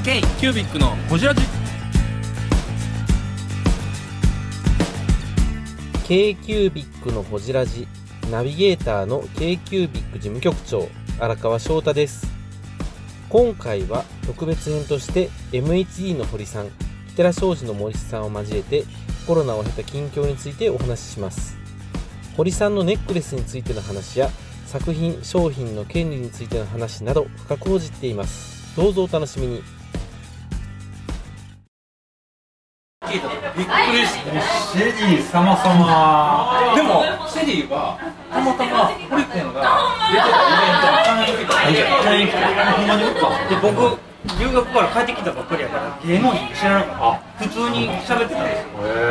K キュービックのホジラジ k キュービックのホジラジナビゲーターの k キュービック事務局長荒川翔太です。今回は特別編として MHD の堀さん、キテラ商事の森さんを交えてコロナを経た近況についてお話しします。堀さんのネックレスについての話や作品商品の権利についての話など深く報じています。どうぞお楽しみに。 びっくりした。シェリー様様。でもシェリーはたまたま堀君が出てたイベントに来た。ほんまにで僕留学から帰ってきたばっかりやから芸能人知らなかった。普通に喋ってたんですよ。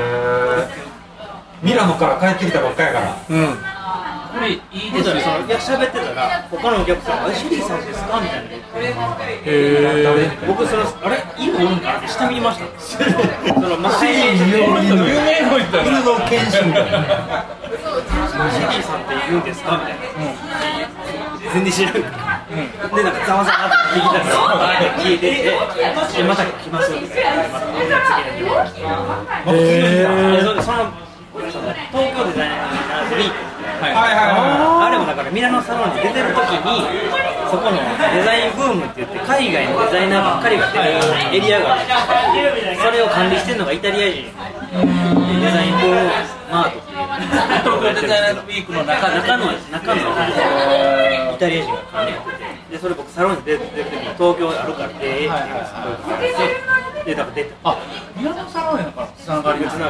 ミラノから帰ってきたばっかりやから。これいいですね。いや喋ってたら他のお客さんがシェリーさんですかみたいな言って。僕そのあれ犬おるんかなって下見ました。そのマシーン有名の犬の犬種みたいな。シェリーさんって言うんですかみたいな。全然知らん。でなんかざわざわって聞いたら聞いてて、また来ますみたいな。また次の日。その東京デザイナーズウィーク。あれもだからミラノサロンに出てる時にそこのデザインブームって言って海外のデザイナーばっかりが出てるエリアがあってそれを管理してるのがイタリア人デザインブームマートっていう東京デザイナーズウィークの中のイタリア人が管理やっててでそれ僕サロンに出てる時に東京あるからって言ってでだから出てミラノサロンやからつながりそう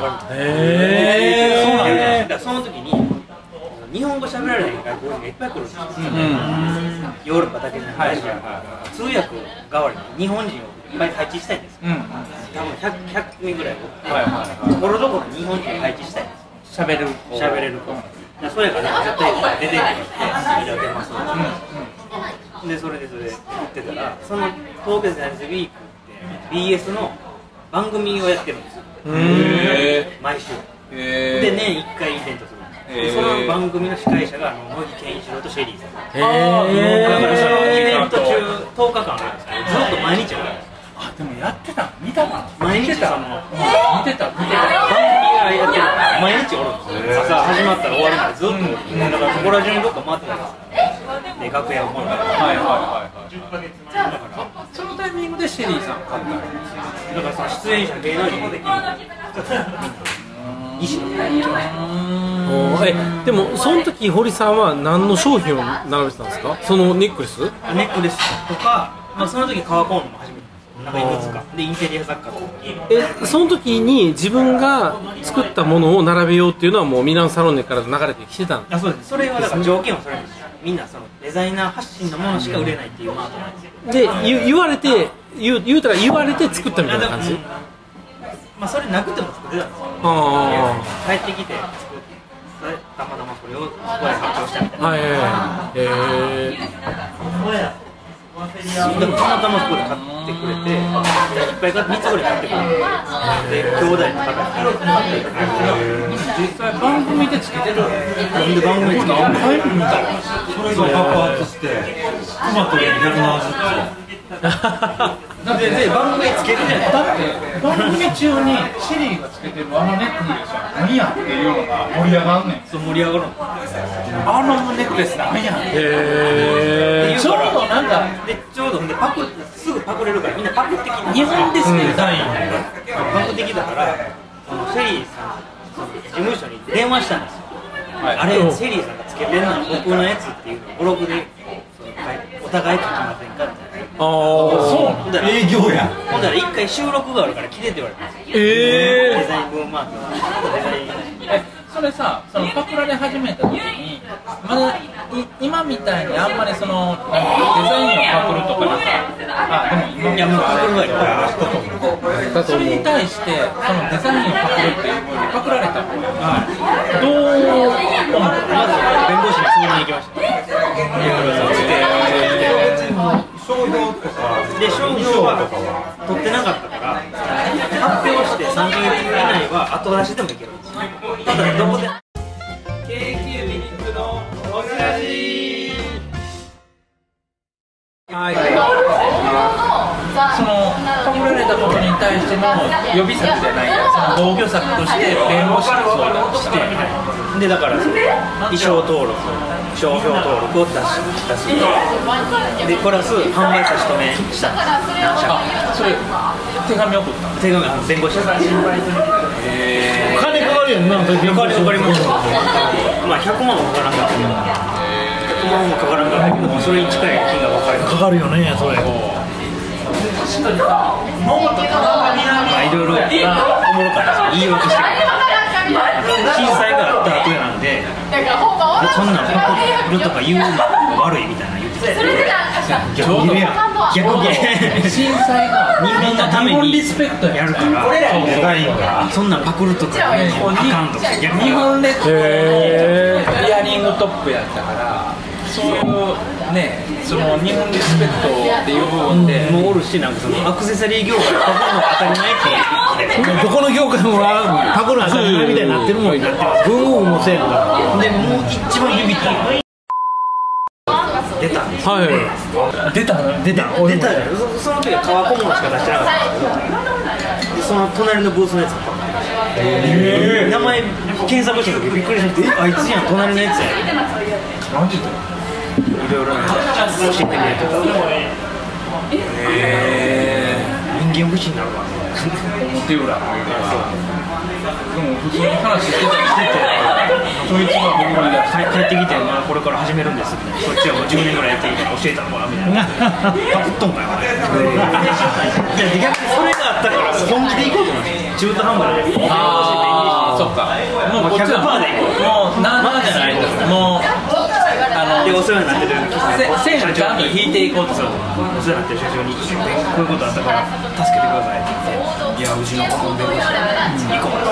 なんだ。その時に日本語喋られない外国人がいっぱい来るんですよ。ヨーロッパだけじゃないし、通訳代わりに日本人をいっぱい配置したいんですよ。多分100名ぐらいおって、ところどころ日本人を配置したいんですよ。喋れる子。それが絶対出てきて、じゃあ出ますで、それ言ってたら、その東京デザインズウィークって BS の番組をやってるんですよ。毎週。で、年1回イベントする。その番組の司会者が乃木健一郎とシェリーさん。だからそのイベント中10日間あるんですけど、ずっと毎日あるんです。でもやってた見たかな。毎日その見てた番組がやってる毎日おるんですよ。朝始まったら終わるまでずっとおる。だからそこら中にどっか回ってたんですよ。で楽屋を回る。だからそのタイミングでシェリーさん買ったんですよ。だからその出演者芸能人もできる。 でもその時堀さんは何の商品を並べてたんですか？そのネックレスとか、その時革コーンも始めてなんかいくつかでインテリア雑貨とかその時に自分が作ったものを並べようっていうのはもうミラノサロンネから流れてきてたんです。 そうです。それはだから条件はそれです。みんなそのデザイナー発信のものしか売れないっていうマートなんですよ。 で言われて作ったみたいな感じ。 それなくても作ってたんですよ。帰ってきて作ってたまたまそれをここで発表したみたいな。でもたまたまそこで買ってくれていっぱい3つぐらい買ってくれてで兄弟の方に買ってくれて実際番組でつけてるなんで番組でつけてるのみたいなそれが爆発してトマトで170で番組つけるじゃないだって番組中にシェリーがつけてるあのネックレスは何やっていうのが盛り上がんねん。そう盛り上がるのあのネックレス何やちょうどなんかでちょうどすぐパクれるからみんなパクってきた日本ですねデザインパクってきたからシェリーさん事務所に電話したんですよ。あれシェリーさんがつけてるのは僕のやつっていうのをブログでお互い書きませんかみたいな。そう営業やほんだら一回収録があるから来てって言われたんですよ。デザインブームマークデザインそれさそのパクられ始めた時にまだ今みたいにあんまりそのデザインをパクるとかなんかでも今もパクるがいっぱいあるそれに対してそのデザインをパクるっていう風にパクられた方がどう思うまず弁護士に相談に行きました。商標とか商標は取ってなかったから発表して3ヶ月以内は後出しでもいけるんですよ。ただどこで k キュービックのホジラジその対しての予備策じゃないやその防御策として弁護士に相談してでだから衣装登録商標登録を出すでプラス販売差し止めした何社かそれ手紙送った手紙弁護士さん金かかるやんな。 かかりますまあ100万もかからんかったけど100万もかからんかったけどそれに近い金額かかるよねそれ。 まあいろいろおもろかったです言い訳してくれ震災があった後なんでそんなんパクるとか言うのが悪いみたいな言ってた逆に震災が日本のためにリスペクトやるからそんなんパクるとかあかんとか日本列島のイヤリングトップやったからそういうねその日本リスペクトっていう部分でもうおるしなんかそのアクセサリー業界パクるのが当たり前ってどこの業界もパクる当たり前みたいになってるもん。文具もせえんだ。 でもう一番ビビったの出たんですはい。出た。 その時は革小物しか出してなかったんですけどでその隣のブースのやつがパクって名前検索した時びっくりしてあいつやん隣のやつやマジでいろいろ教えてくれてた人間不信になるわ表裏でも普通に話してたりしててそいつが僕が帰ってきて、まあ、これから始めるんですみたいなそっちはもう10年ぐらいやってるから教えたのかみたいなパクっとんかよ逆にそれがあったから本気で行こうと思って中途半端でそっかもうこっちは 100%で行こうもうなんじゃないですもうでお世話になってる線をちゃんと引いていこうとするお世話になってる社長にこういうことあったから助けてくださいって言っていやうちの子の弁護士行こう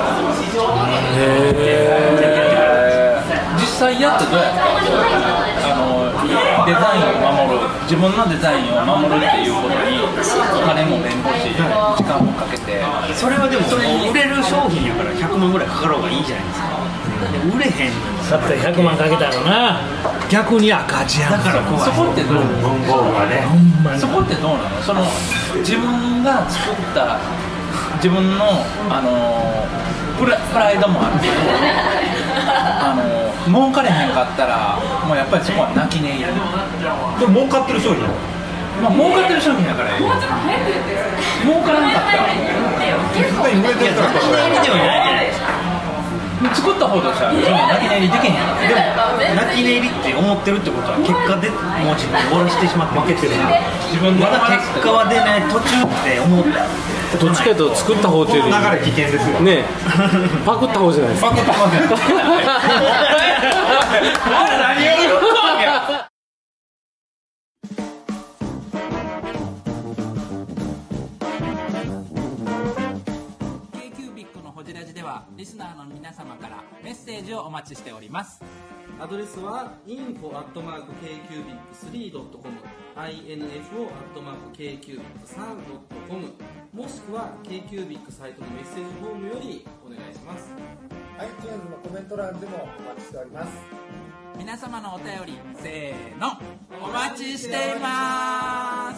実際やってどうやったデザインを守る自分のデザインを守るっていうことにお金も弁護士時間もかけてそれはでも売れる商品やから100万ぐらいかかろうがいいじゃないですかで売れへんのにだって100万かけたらな逆に赤字やん。 だから怖いそこってどう文豪がねほんまにそこってどうなのその自分が作った自分の、プライドもあるけど儲かれへんかったらもうやっぱりそこは泣き寝入りでも儲かってる商品まあ儲かってる商品だから儲からなかったら絶対売れてるから泣き寝入りではないじゃないですか作った方としては泣き寝入りできへんやんでも泣き寝入りって思ってるってことは結果でもう自分を終わらせてしまって負けてる自分でまだ結果は出ない途中って思ったどっちかというと作った方というより流れ危険ですよねパクった方じゃないですか。 パクった方じゃない何を言うのやリスナーの皆様からメッセージをお待ちしております。 アドレスは info@kcubic3.com info@kcubic3.com もしくは KQBIC サイトのメッセージフォームよりお願いします。 iTunes のコメント欄でもお待ちしております。 皆様のお便りせーのお待ちしています。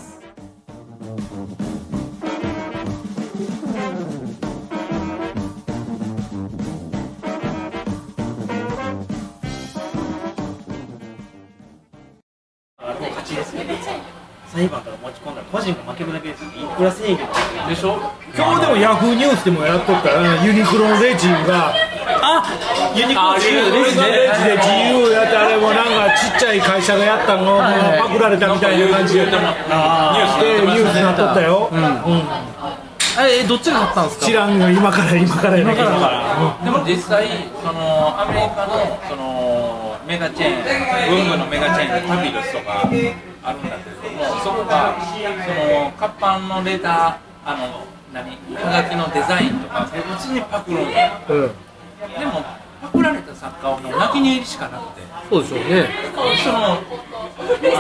裁判から持ち込んだら個人が負けるだけですよ。いくら正義でしょ今日でもヤフーニュースでもやっとったらユニクロのレジがユニクロレジで自由やってあれもなんかちっちゃい会社がやったのをパクられたみたいな感じでニュースになっとったよ。 どっちが勝ったんですか。 知らんよ今からやけど。 でも実際そのアメリカのそのメガチェーン文具のメガチェーンでタビルスとかあるんだけれどもそこがその活版のレターはがきのデザインとか別にパクるんだよ、でもパクられた作家はもう泣き寝入りしかなくてそうでしょうね。 そのテー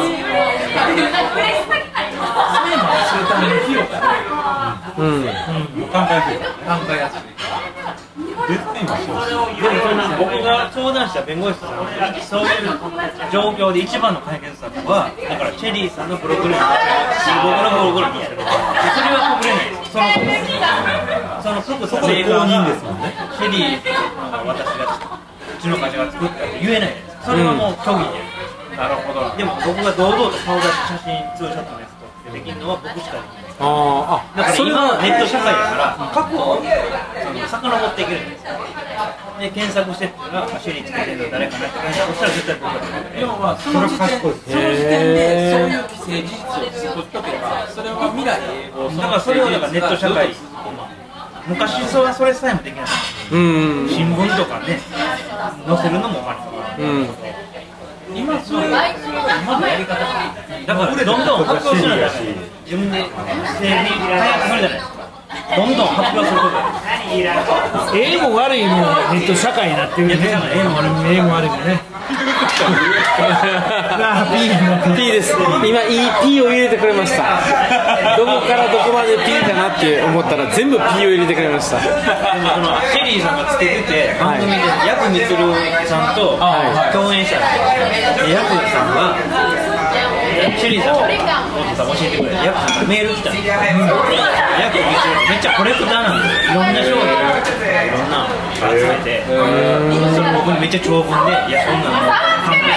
マをするための費用が考えやすいで僕が相談した弁護士さんはそういう状況で一番の解決策はだからチェリーさんのプログラム僕のプログラムにやるそれは告れないですその服とメーカーがチェリーの私がうちの会社が作ったって言えないですそれはもう虚偽で、なるほどでも僕が堂々と顔出し写真ツーショットのやつとできるのは僕しかできないだから今はネット社会だから過去を遡っていけるんですよで検索してったらシェリーつけてるの誰かなって検索したら絶対僕が要はその時点でそういう既成事実を作っとけばそれは未来をだからそれはだからネット社会昔はそれさえもできない新聞とかね載せるのもお金今のやり方だからどんどん発表するんだし自分で早くするじゃないですかどんどん発表することで英語悪いもネット社会になってるね英語悪いもね P です今いい P を入れてくれましたどこからどこまで P かなって思ったら全部 P を入れてくれましたでもこのシェリーさんがつけてて番組でヤクミツルさんと共演したんですよヤクさんがシェリーさんが教えてくれてヤクさんがメール来たんですよヤクミツルめっちゃコレクターなんですよいろんな商品いろんな集めてそれ僕にめっちゃ長文でいやそんなの完璧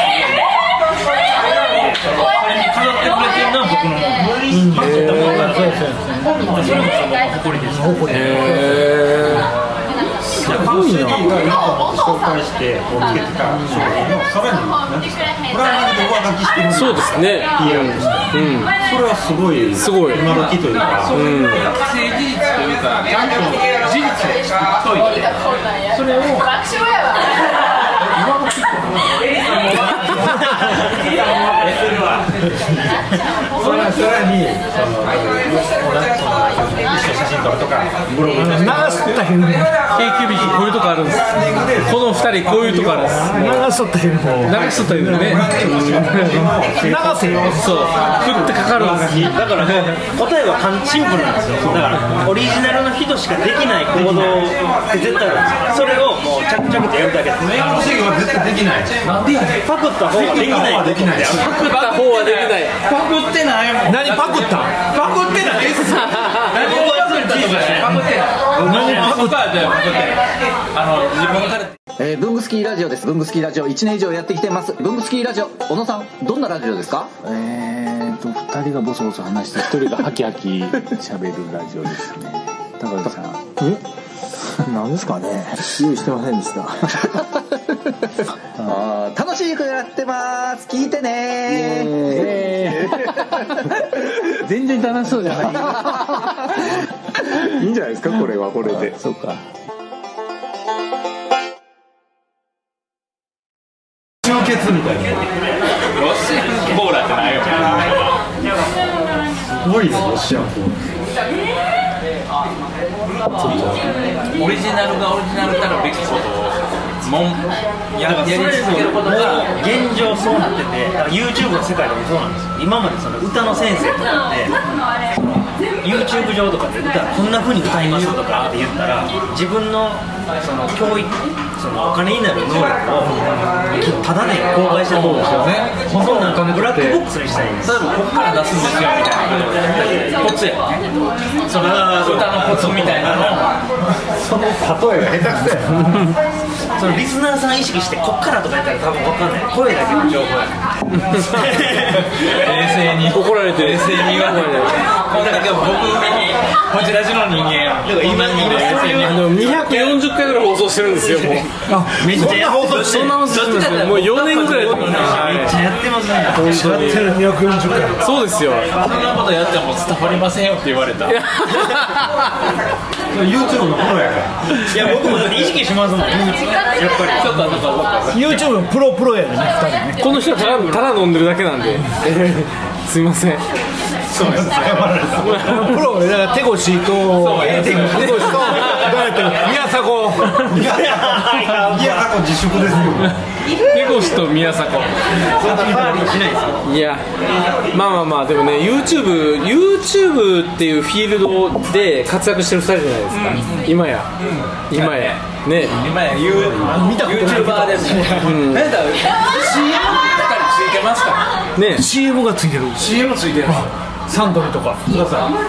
それに飾ってくれてるのは僕のものパクったものからそれもその誇りですすごいな。紹介してこうつけてた商品をさらに何ですかプランニングで上書きしてるんですそうですね PR として、それはすごい今時というかそういう既成事実というかちゃんと事実を作っといてそれを今時さらに写真撮るとかブログ流したへんね K-Cubic こういうとこあるんですこの2人こういうとこあるんです流しとったへん流しとったよね流せよそう振ってかかるんですだから答えはシンプルなんですよだからオリジナルの人しかできない行動って絶対あるんですよそれをもう着々とやるだけですメイン制御は絶対できないなんでやねんパクった方はできないできないパクった方はできないパクってないもん何パクったパクってないっす何をパクったとかパクってない何パクったじゃパクってない自分からブングスキーラジオです。ブングスキーラジオ1年以上やってきてます。ブングスキーラジオ、小野さん、どんなラジオですか 2人がボソボソ話して1人がハキハキ喋るラジオですね。高木さん何ですかね用意してませんでした楽しくやってます。聞いてね全然楽しそうじゃないいいんじゃないですかこれはこれでそうか集結みたいなロシアンコーラってないよすごいよロシアンコーオリジナルがオリジナルたるべきことをやり続けることが現状そうなってて YouTube の世界でもそうなんですよ今までその歌の先生とかって YouTube 上とかで歌こんな風に歌いますとかって言ったら自分のその教育そのお金になる能力をただで公開してるんですよねそんなブラックボックスにしたいんです例えばここから出すんですよみたいなことをやったりコツやねその歌のコツみたいなのその例えが下手くそやそのリスナーさん意識してこっからとか言ったら多分分かんない声だけの情報や冷静に怒られて冷静に言わないでこんだけ僕にこちらじの人間や今 240回ぐらい放送してるんですよもうめっちゃやってますそんな放送してるんですよもう4年ぐらいめっちゃやってますね本当に240回そうですよそんなことやっても伝わりませんよって言われた YouTube のプロやからいや僕もだって意識しますもんやっぱりちょっと YouTube のプロやね2人ねこの人はただ飲んでるだけなんですいませんそうですプロだから手越と手越と誰やったっけ宮迫いや過去自粛ですよペコシと宮迫。 そんなパーリーしないですよ。 いや、まあでもね、YouTube っていうフィールドで活躍してる2人じゃないですか、今やね、 今や見たことない YouTuber でもなんだ CM ばっかりついてますからね。 CM がついてる CM ついてるサントリーとかいや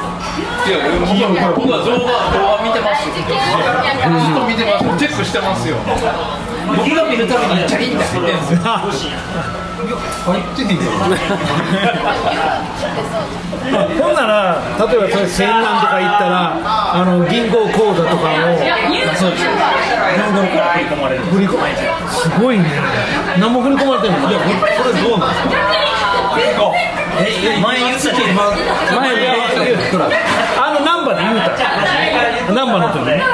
僕は動画見てますよ。ずっと見てますよ。チェックしてますよ。僕が見るためにチャリンって入ってるんですよ。入ってへんよ。 ほんなら例えばそれ千何とか言ったら銀行口座とかをそうですよ。 振り込まれてすごいね。何も振り込まれてるの？いやこれどうなんですか？ 前言ったじゃん。 ナンバーで言うたナンバーの時ね。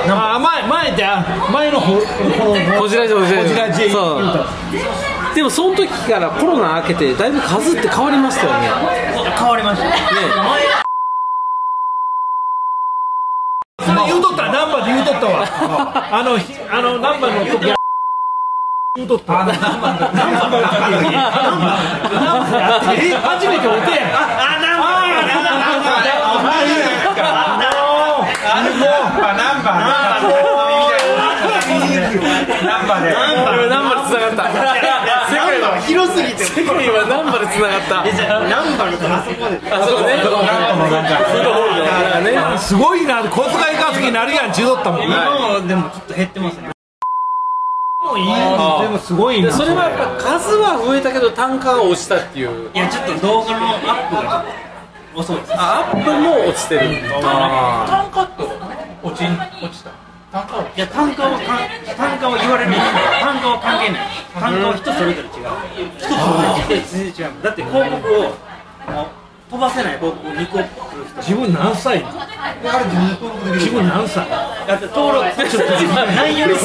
前のこじらじこじらじそうでもその時からコロナ明けてだいぶ数って変わりましたよね。 変わりましたね。 言うとったナンバーで言うとったわ。ナンバーの時言うとった初めてお手やナンバーで繋がった。世界は広すぎて世界はナンバーで繋がった。 ナンバーのあそこですごいな。小遣い稼ぎになるやんちゅうとったもん。 今でもちょっと減ってますね。 でもすごいな。 それはやっぱ数は増えたけど単価が落ちたっていう。 いやちょっと動画のアップが遅いです。 アップも落ちてる。 単価って落ちた。 いや単価は言われるんですけど、単価は関係ない。単価は人それぞれ違う。全然違う。だって広告を飛ばせない広告を2個来る人。 自分何歳？自分何歳？ だって登録内容の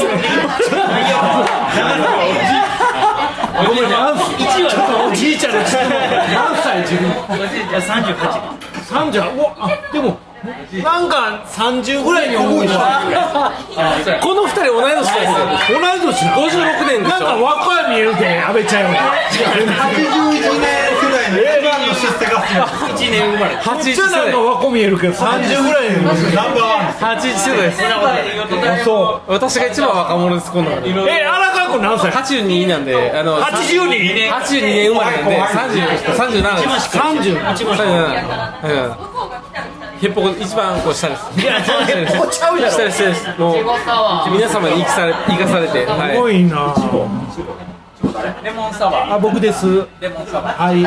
ごめんね。ちょっとおじいちゃんの質問。何歳自分？ おじいちゃん38。 30。でもなんか30ぐらいに思うわ。 この2人同い年ですよ。 同い年な。 56年でしょ。 なんか若い見えるで阿部ちゃんより。 81年世代の一番の出世が 1年生まれ。 こっちはなんか若見えるけど30ぐらいに。 ナンバーワン 81世代です。 そう。 私が一番若者です今度。 荒川君何歳 82なんで 82 年生まれなんで37です。37。ヘッポコ一番こう下です。 いやヘッポコちゃうやろ。 下です。もう皆様に生かされて。 すごいな。 レモンサワー。 あ、僕です。 レモンサワー。 はい。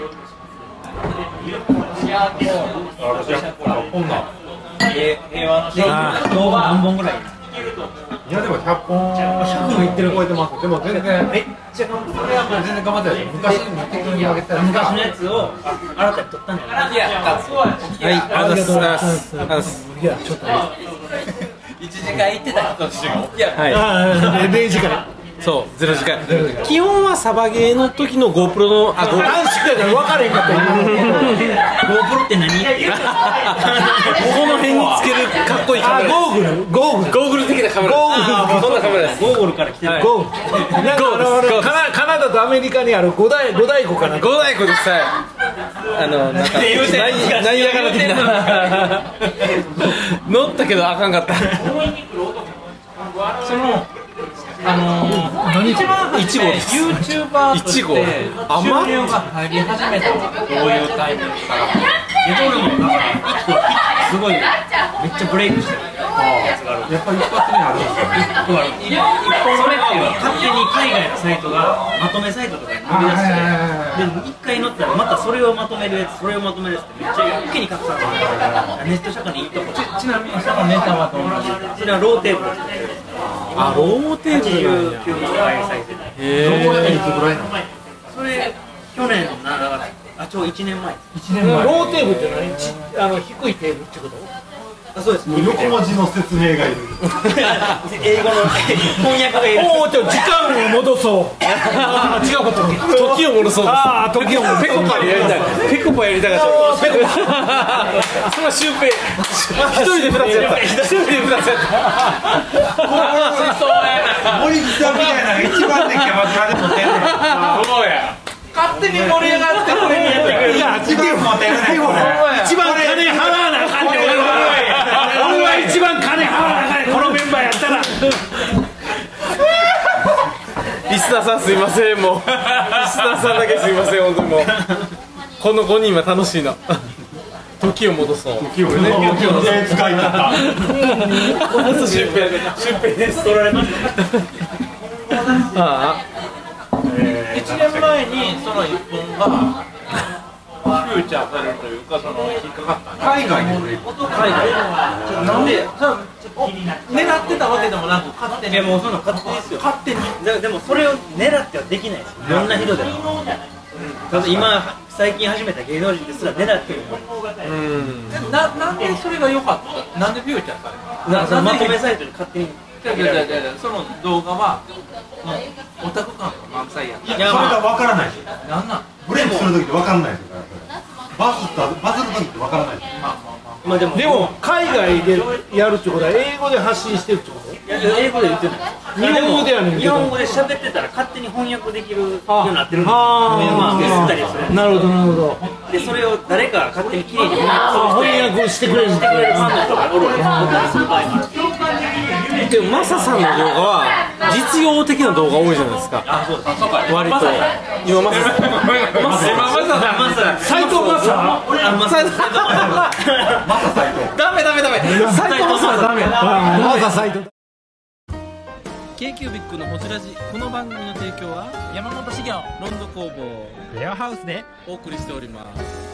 平和の勝負。 動画何本ぐらい？ いやでも100本100もいってる超えてます。でも全然めっちゃ頑張ってこれはもう全然頑張ってない。昔に適当に上げたら昔のやつを新たに撮ったんじゃない？ いや、 ありがとうございます。 いやちょっと 1時間行ってた人としてが起きやる。 0時間。 そう0時間。基本はサバゲーの時の GoPro の短縮やから分かれへんかった。 GoPro って何？ この辺につけるかっこいいカメラ。 ゴーグル的なカメラ。そんなカメラです。 ゴーグルから来てる。 ゴーカナダとアメリカにある五大湖かな。 五大湖です。なんかナイアガラ的な乗ったけどあかんかった。 その一番初めて YouTuber として収入が入り始めたのはどういうタイミングから俺もだから1個すごいめっちゃブレイクしてるやつがある。 やっぱり一発目あるんですよ。 1個ある。それって勝手に海外のサイトがまとめサイトとかに乗り出して、で1回乗ったらまたそれをまとめるやつ、それをまとめるやつってめっちゃ一気に拡散するからネット社会にいいとこ。 ちなみにそのネタはどんなネタ？ それはローテーブルですね。 あ、ローテーブルなんや。 89の開催で。 どこでいつぐらいなの？ それ去年のちょうど1年前です。 ローテーブルって何？低いテーブルってこと？ そうです。 横文字の説明がいる。 英語の翻訳がいる。 おお、時間を戻そう。ああ、違うこと。 時を戻そう。 ああ、時を戻そう。 ペコパやりたい。ペコパやりたかった。ペコパ。それはシュウペイ。一人で2つやった。一人で2つやった。 森口さんみたいなのが一番ね、キャバクラで持ってんねん。 そうや。勝手に盛り上がってこれにやってくれる。 一番持ってるね、これ。 一番金払わなあかんねん。俺は一番金払わなあかんねん。このメンバーやったら。 リスナーさんすいません、もう。リスナーさんだけすいません、本当にもう。この5人は楽しいな。時を戻そう。 時をね、使い方。 シュウペイです。取られました。ああ。 1年前にその1本がフューチャーされるというか、その引っかかった。 海外でなんで狙ってたわけでもなく勝手に。 いやもうそんな勝手ですよ。 勝手に。 でもそれを狙ってはできないですよ。いろんな人でも。今最近始めた芸能人ですら狙ってる。 なんでそれが良かった。なんでフューチャーされた。 そのまとめサイトに勝手に。 その動画はオタク感が満載やった。 いや、それが分からないですよ。 なんなん。 ブレイクするときって分からないですよ。バズるときって分からないですよ。 まあでも海外でやるってことは英語で発信してるってこと？ 英語で言ってない。 日本語ではねんけど。 日本語で喋ってたら勝手に翻訳できるようになってるんですよ。まあ吸ったりする。 なるほどなるほど。 でそれを誰かが勝手にきれいに翻訳してくれるファンの人がおるったりする場合もある。 でもマサさんの動画は実用的な動画多いじゃないですか。割と今マサ斉藤マサダメ斉藤マサはダメ。 マサ斉藤。 K-Cubic のホジラジ、この番組の提供は山本修行ロンド工房レアハウスでお送りしております。